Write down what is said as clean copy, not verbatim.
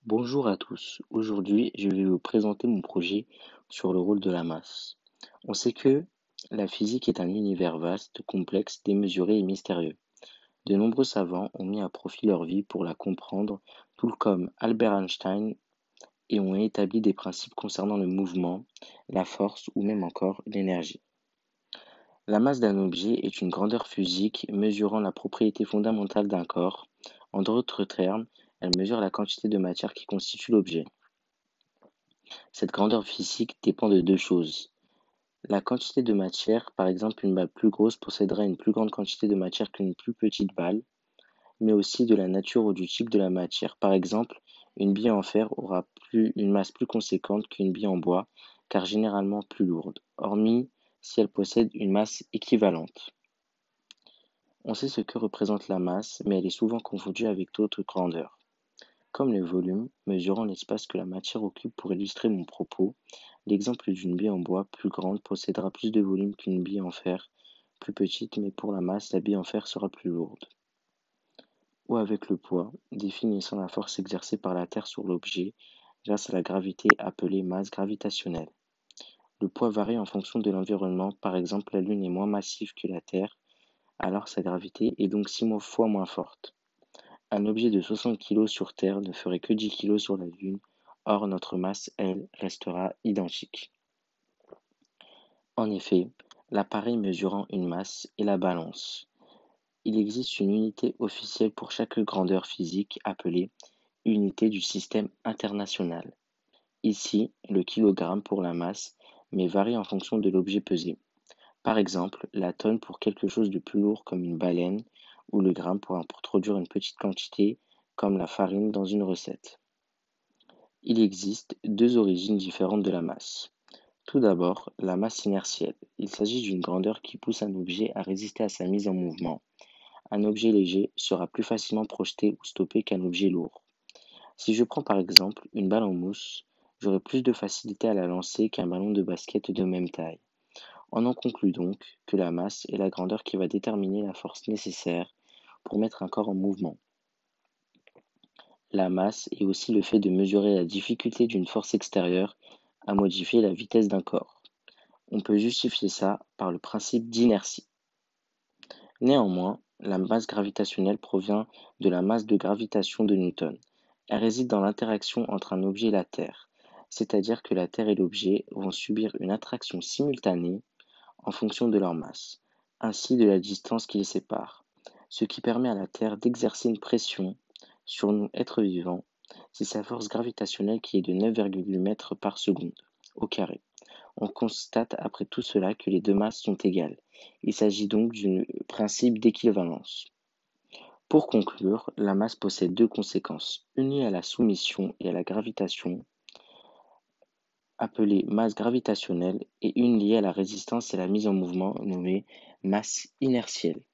Bonjour à tous. Aujourd'hui, je vais vous présenter mon projet sur le rôle de la masse. On sait que la physique est un univers vaste, complexe, démesuré et mystérieux. De nombreux savants ont mis à profit leur vie pour la comprendre, tout comme Albert Einstein, et ont établi des principes concernant le mouvement, la force ou même encore l'énergie. La masse d'un objet est une grandeur physique mesurant la propriété fondamentale d'un corps. En d'autres termes, elle mesure la quantité de matière qui constitue l'objet. Cette grandeur physique dépend de deux choses. La quantité de matière, par exemple une balle plus grosse possédera une plus grande quantité de matière qu'une plus petite balle, mais aussi de la nature ou du type de la matière. Par exemple, une bille en fer aura une masse plus conséquente qu'une bille en bois, car généralement plus lourde, hormis si elle possède une masse équivalente. On sait ce que représente la masse, mais elle est souvent confondue avec d'autres grandeurs, comme le volume, mesurant l'espace que la matière occupe. Pour illustrer mon propos, l'exemple d'une bille en bois plus grande possédera plus de volume qu'une bille en fer plus petite, mais pour la masse, la bille en fer sera plus lourde. Ou avec le poids, définissant la force exercée par la Terre sur l'objet grâce à la gravité appelée masse gravitationnelle. Le poids varie en fonction de l'environnement. Par exemple, la Lune est moins massive que la Terre, alors sa gravité est donc 6 fois moins forte. Un objet de 60 kg sur Terre ne ferait que 10 kg sur la Lune, or notre masse, elle, restera identique. En effet, l'appareil mesurant une masse est la balance. Il existe une unité officielle pour chaque grandeur physique appelée unité du système international. Ici, le kilogramme pour la masse, mais varie en fonction de l'objet pesé. Par exemple, la tonne pour quelque chose de plus lourd comme une baleine, ou le gramme pour introduire une petite quantité comme la farine dans une recette. Il existe deux origines différentes de la masse. Tout d'abord, la masse inertielle. Il s'agit d'une grandeur qui pousse un objet à résister à sa mise en mouvement. Un objet léger sera plus facilement projeté ou stoppé qu'un objet lourd. Si je prends par exemple une balle en mousse, j'aurai plus de facilité à la lancer qu'un ballon de basket de même taille. On en conclut donc que la masse est la grandeur qui va déterminer la force nécessaire pour mettre un corps en mouvement. La masse est aussi le fait de mesurer la difficulté d'une force extérieure à modifier la vitesse d'un corps. On peut justifier ça par le principe d'inertie. Néanmoins, la masse gravitationnelle provient de la masse de gravitation de Newton. Elle réside dans l'interaction entre un objet et la Terre, c'est-à-dire que la Terre et l'objet vont subir une attraction simultanée en fonction de leur masse, ainsi de la distance qui les sépare, ce qui permet à la Terre d'exercer une pression sur nous, êtres vivants. C'est sa force gravitationnelle qui est de 9,8 mètres par seconde au carré. On constate après tout cela que les deux masses sont égales. Il s'agit donc du principe d'équivalence. Pour conclure, la masse possède deux conséquences, une liée à la soumission et à la gravitation, appelée masse gravitationnelle, et une liée à la résistance et à la mise en mouvement, nommée masse inertielle.